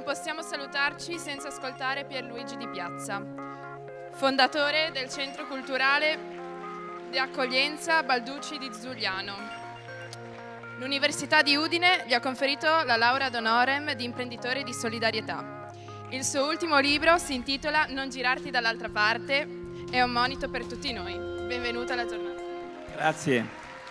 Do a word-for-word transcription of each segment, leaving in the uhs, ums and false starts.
possiamo salutarci senza ascoltare Pierluigi Di Piazza, fondatore del Centro Culturale di Accoglienza Balducci di Zugliano. L'Università di Udine gli ha conferito la laurea ad honorem di imprenditore di solidarietà. Il suo ultimo libro si intitola Non girarti dall'altra parte, è un monito per tutti noi. Benvenuto alla giornata. Grazie.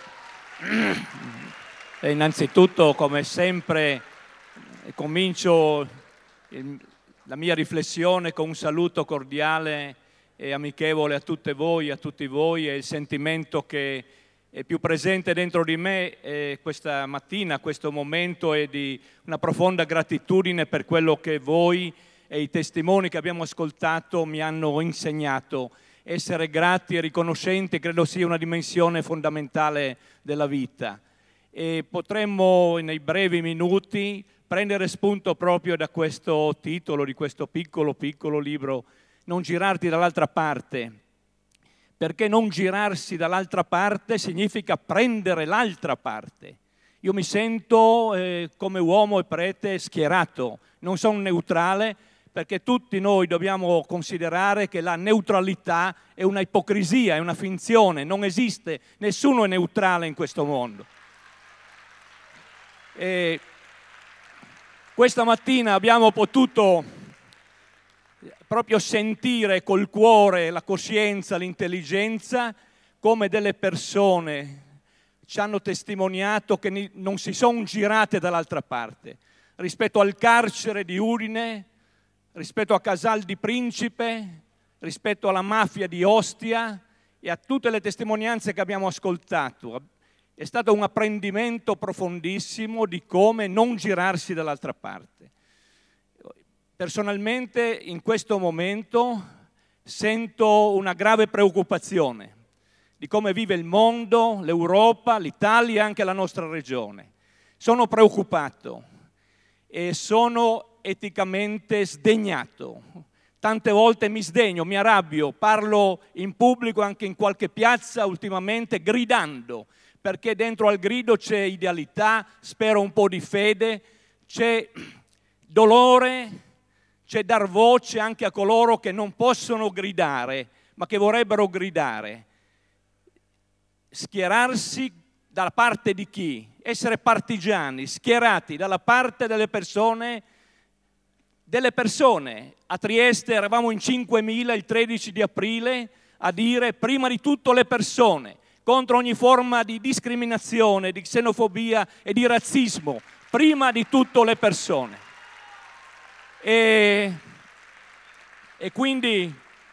E innanzitutto, come sempre, comincio il, la mia riflessione con un saluto cordiale e amichevole a tutte voi, a tutti voi, e il sentimento che è più presente dentro di me eh, questa mattina, questo momento, è di una profonda gratitudine per quello che voi e i testimoni che abbiamo ascoltato mi hanno insegnato. Essere grati e riconoscenti credo sia una dimensione fondamentale della vita. E potremmo nei brevi minuti prendere spunto proprio da questo titolo di questo piccolo piccolo libro, Non girarti dall'altra parte, perché non girarsi dall'altra parte significa prendere l'altra parte. Io mi sento eh, come uomo e prete schierato, non sono neutrale, perché tutti noi dobbiamo considerare che la neutralità è una ipocrisia, è una finzione, non esiste, nessuno è neutrale in questo mondo. E questa mattina abbiamo potuto proprio sentire col cuore, la coscienza, l'intelligenza, come delle persone ci hanno testimoniato che non si sono girate dall'altra parte. Rispetto al carcere di Udine, rispetto a Casal di Principe, rispetto alla mafia di Ostia e a tutte le testimonianze che abbiamo ascoltato. È stato un apprendimento profondissimo di come non girarsi dall'altra parte. Personalmente in questo momento sento una grave preoccupazione di come vive il mondo, l'Europa, l'Italia e anche la nostra regione. Sono preoccupato e sono eticamente sdegnato. Tante volte mi sdegno, mi arrabbio, parlo in pubblico, anche in qualche piazza ultimamente, gridando, perché dentro al grido c'è idealità, spero un po' di fede, c'è dolore, c'è dar voce anche a coloro che non possono gridare, ma che vorrebbero gridare. Schierarsi dalla parte di chi? Essere partigiani, schierati dalla parte delle persone. Delle persone. A Trieste eravamo in cinquemila il tredici di aprile a dire prima di tutto le persone, contro ogni forma di discriminazione, di xenofobia e di razzismo, prima di tutto le persone. E, e quindi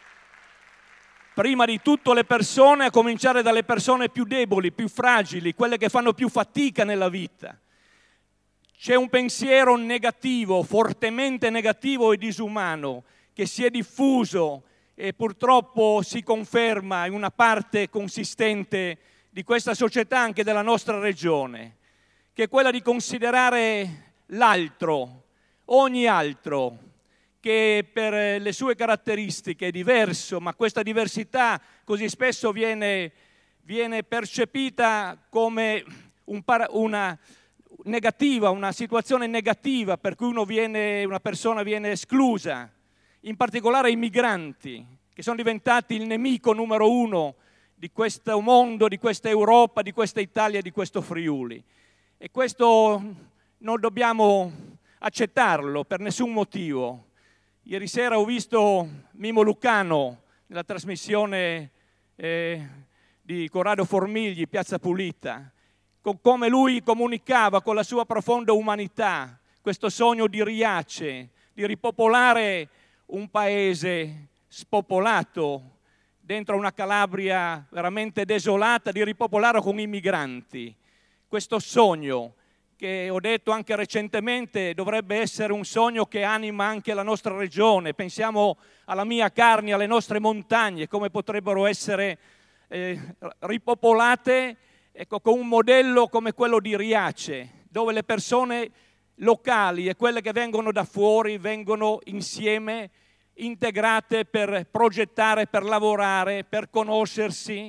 prima di tutto le persone, a cominciare dalle persone più deboli, più fragili, quelle che fanno più fatica nella vita. C'è un pensiero negativo, fortemente negativo e disumano, che si è diffuso e purtroppo si conferma in una parte consistente di questa società, anche della nostra regione, che è quella di considerare l'altro, ogni altro, che per le sue caratteristiche è diverso, ma questa diversità così spesso viene, viene percepita come un para, una negativa, una situazione negativa per cui uno viene, una persona viene esclusa, in particolare i migranti, che sono diventati il nemico numero uno di questo mondo, di questa Europa, di questa Italia, di questo Friuli. E questo non dobbiamo accettarlo per nessun motivo. Ieri sera ho visto Mimo Lucano nella trasmissione eh, di Corrado Formigli, Piazza Pulita, con come lui comunicava con la sua profonda umanità questo sogno di Riace, di ripopolare un paese spopolato dentro una Calabria veramente desolata, di ripopolarlo con i migranti. Questo sogno che ho detto anche recentemente dovrebbe essere un sogno che anima anche la nostra regione. Pensiamo alla mia Carnia, alle nostre montagne, come potrebbero essere eh, ripopolate, ecco, con un modello come quello di Riace, dove le persone locali e quelle che vengono da fuori vengono insieme, integrate per progettare, per lavorare, per conoscersi.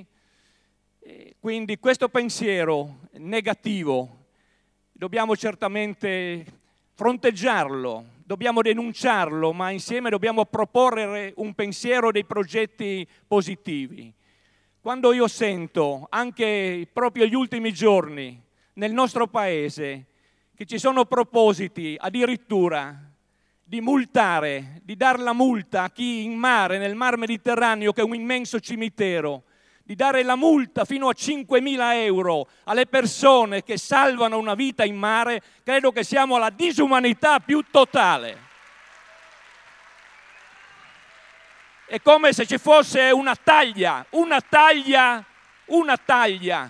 Quindi questo pensiero negativo dobbiamo certamente fronteggiarlo, dobbiamo denunciarlo, ma insieme dobbiamo proporre un pensiero dei progetti positivi. Quando io sento, anche proprio gli ultimi giorni, nel nostro paese, che ci sono propositi addirittura di multare, di dar la multa a chi in mare, nel Mar Mediterraneo, che è un immenso cimitero, di dare la multa fino a cinquemila euro alle persone che salvano una vita in mare, credo che siamo alla disumanità più totale. È come se ci fosse una taglia, una taglia, una taglia,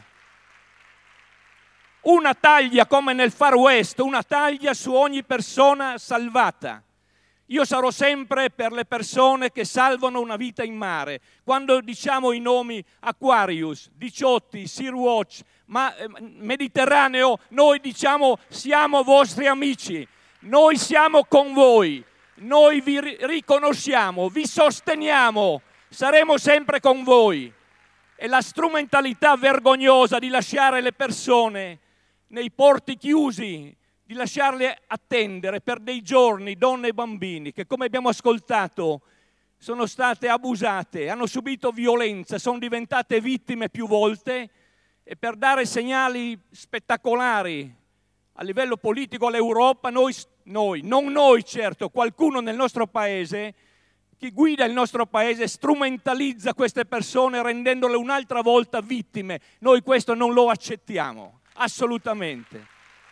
una taglia come nel Far West, una taglia su ogni persona salvata. Io sarò sempre per le persone che salvano una vita in mare. Quando diciamo i nomi Aquarius, Diciotti, Sea-Watch, ma eh, Mediterraneo, noi diciamo siamo vostri amici, noi siamo con voi, noi vi riconosciamo, vi sosteniamo, saremo sempre con voi. E la strumentalità vergognosa di lasciare le persone nei porti chiusi, di lasciarle attendere per dei giorni, donne e bambini, che come abbiamo ascoltato sono state abusate, hanno subito violenza, sono diventate vittime più volte, e per dare segnali spettacolari a livello politico all'Europa, noi, noi, non noi certo, qualcuno nel nostro paese, chi guida il nostro paese, strumentalizza queste persone rendendole un'altra volta vittime. Noi questo non lo accettiamo, assolutamente.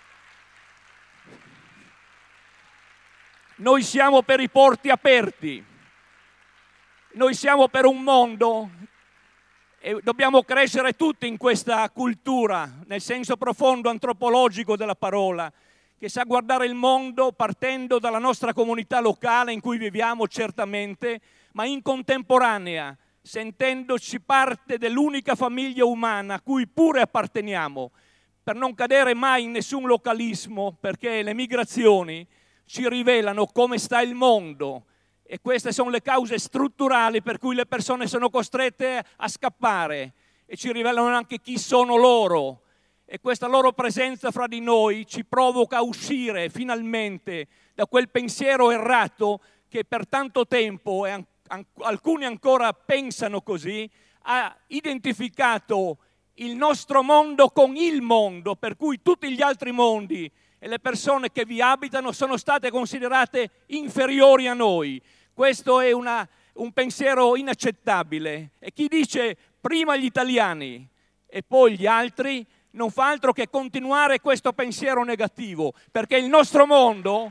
Noi siamo per i porti aperti, noi siamo per un mondo e dobbiamo crescere tutti in questa cultura, nel senso profondo antropologico della parola, che sa guardare il mondo partendo dalla nostra comunità locale in cui viviamo certamente, ma in contemporanea, sentendoci parte dell'unica famiglia umana a cui pure apparteniamo, per non cadere mai in nessun localismo, perché le migrazioni ci rivelano come sta il mondo e queste sono le cause strutturali per cui le persone sono costrette a scappare e ci rivelano anche chi sono loro, e questa loro presenza fra di noi ci provoca a uscire finalmente da quel pensiero errato che per tanto tempo, e an- an- alcuni ancora pensano così, ha identificato il nostro mondo con il mondo, per cui tutti gli altri mondi e le persone che vi abitano sono state considerate inferiori a noi. Questo è una, un pensiero inaccettabile, e chi dice prima gli italiani e poi gli altri non fa altro che continuare questo pensiero negativo, perché il nostro mondo,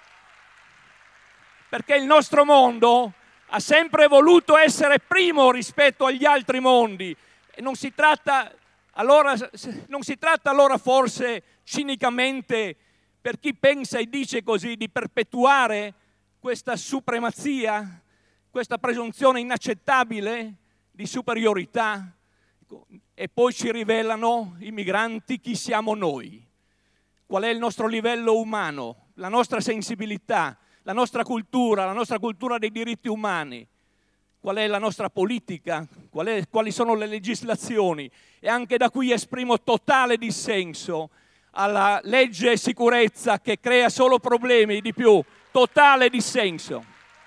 perché il nostro mondo ha sempre voluto essere primo rispetto agli altri mondi. E non si tratta allora, non si tratta allora forse cinicamente, per chi pensa e dice così, di perpetuare questa supremazia, questa presunzione inaccettabile di superiorità? E poi ci rivelano i migranti chi siamo noi, qual è il nostro livello umano, la nostra sensibilità, la nostra cultura, la nostra cultura dei diritti umani, qual è la nostra politica, qual è, quali sono le legislazioni. E anche da qui esprimo totale dissenso alla legge sicurezza che crea solo problemi di più, totale dissenso.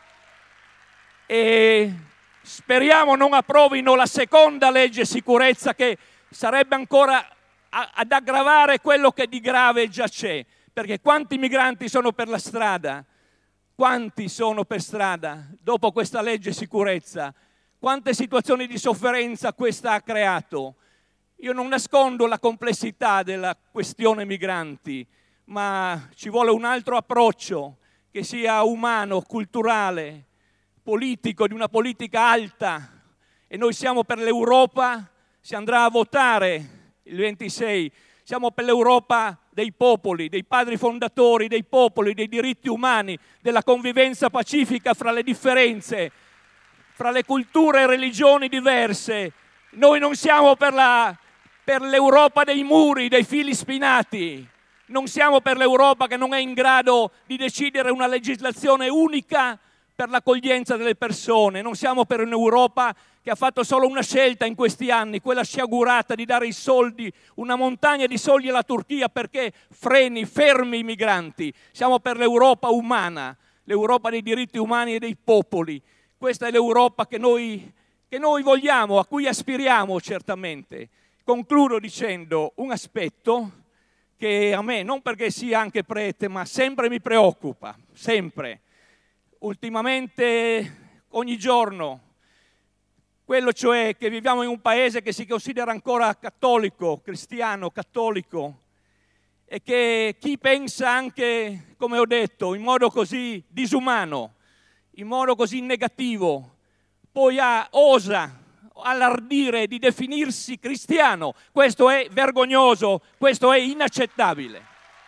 E speriamo non approvino la seconda legge sicurezza, che sarebbe ancora a, ad aggravare quello che di grave già c'è, perché quanti migranti sono per la strada? Quanti sono per strada dopo questa legge sicurezza? Quante situazioni di sofferenza questa ha creato? Io non nascondo la complessità della questione migranti, ma ci vuole un altro approccio che sia umano, culturale, politico, di una politica alta. E noi siamo per l'Europa, si andrà a votare il ventisei, siamo per l'Europa dei popoli, dei padri fondatori, dei popoli, dei diritti umani, della convivenza pacifica fra le differenze, fra le culture e religioni diverse. Noi non siamo per, la, per l'Europa dei muri, dei fili spinati, non siamo per l'Europa che non è in grado di decidere una legislazione unica per l'accoglienza delle persone, non siamo per un'Europa che ha fatto solo una scelta in questi anni, quella sciagurata di dare i soldi, una montagna di soldi alla Turchia perché freni, fermi i migranti. Siamo per l'Europa umana, l'Europa dei diritti umani e dei popoli. Questa è l'Europa che noi, che noi vogliamo, a cui aspiriamo certamente. Concludo dicendo un aspetto che a me, non perché sia anche prete, ma sempre mi preoccupa, sempre. Ultimamente, ogni giorno, quello cioè che viviamo in un paese che si considera ancora cattolico, cristiano, cattolico, e che chi pensa anche, come ho detto, in modo così disumano, in modo così negativo, poi ha, osa allardire di definirsi cristiano. Questo è vergognoso, questo è inaccettabile.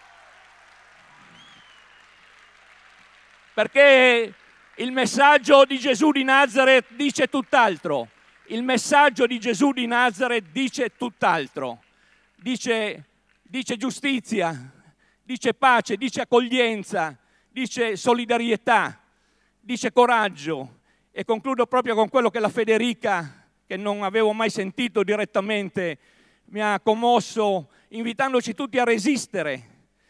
Perché il messaggio di Gesù di Nazaret dice tutt'altro. Il messaggio di Gesù di Nazaret dice tutt'altro. Dice, dice giustizia, dice pace, dice accoglienza, dice solidarietà, dice coraggio. E concludo proprio con quello che la Federica, che non avevo mai sentito direttamente, mi ha commosso invitandoci tutti a resistere.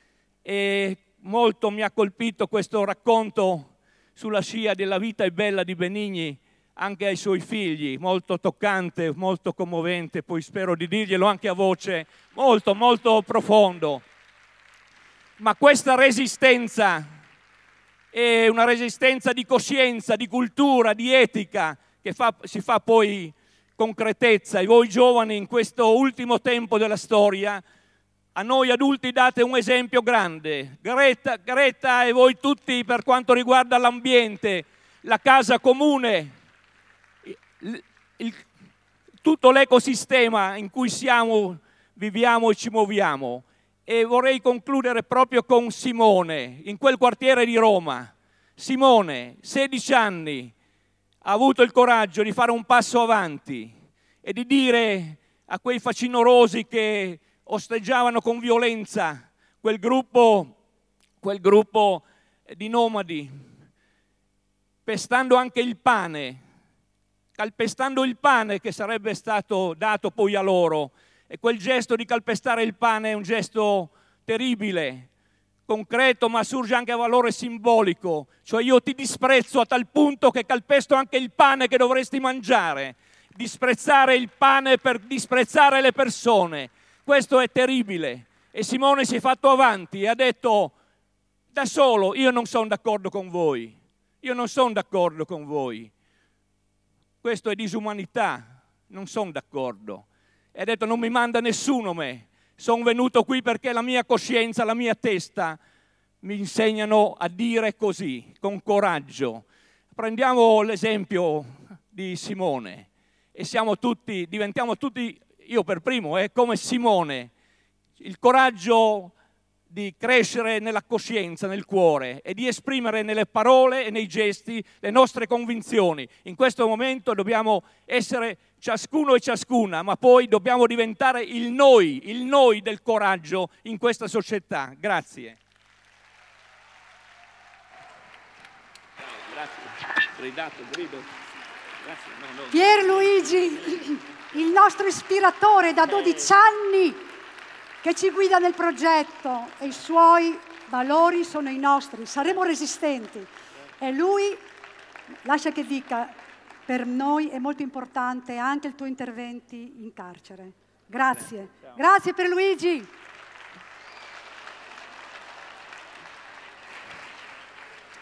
E molto mi ha colpito questo racconto sulla scia della vita e bella di Benigni anche ai suoi figli, molto toccante, molto commovente, poi spero di dirglielo anche a voce, molto molto profondo. Ma questa resistenza è una resistenza di coscienza, di cultura, di etica, che fa, si fa poi concretezza. E voi giovani in questo ultimo tempo della storia, a noi adulti date un esempio grande. Greta, Greta e voi tutti per quanto riguarda l'ambiente, la casa comune, il, il, tutto l'ecosistema in cui siamo, viviamo e ci muoviamo. E vorrei concludere proprio con Simone, in quel quartiere di Roma. Simone, sedici anni, ha avuto il coraggio di fare un passo avanti e di dire a quei facinorosi che osteggiavano con violenza quel gruppo, quel gruppo di nomadi, pestando anche il pane, calpestando il pane che sarebbe stato dato poi a loro. E quel gesto di calpestare il pane è un gesto terribile, concreto, ma assurge anche a valore simbolico. Cioè io ti disprezzo a tal punto che calpesto anche il pane che dovresti mangiare. Disprezzare il pane per disprezzare le persone. Questo è terribile. E Simone si è fatto avanti e ha detto: da solo io non sono d'accordo con voi. Io non sono d'accordo con voi. Questo è disumanità. Non sono d'accordo. E ha detto: non mi manda nessuno me. Sono venuto qui perché la mia coscienza, la mia testa mi insegnano a dire così, con coraggio. Prendiamo l'esempio di Simone e siamo tutti, diventiamo tutti, io per primo, eh, come Simone, il coraggio di crescere nella coscienza, nel cuore e di esprimere nelle parole e nei gesti le nostre convinzioni. In questo momento dobbiamo essere ciascuno e ciascuna, ma poi dobbiamo diventare il noi, il noi del coraggio in questa società. Grazie. Grazie. Gridato, grido. Grazie. No, no. Pierluigi, il nostro ispiratore da dodici anni che ci guida nel progetto, e i suoi valori sono i nostri. Saremo resistenti. E lui, lascia che dica, per noi è molto importante anche il tuo intervento in carcere. Grazie. Grazie Pierluigi.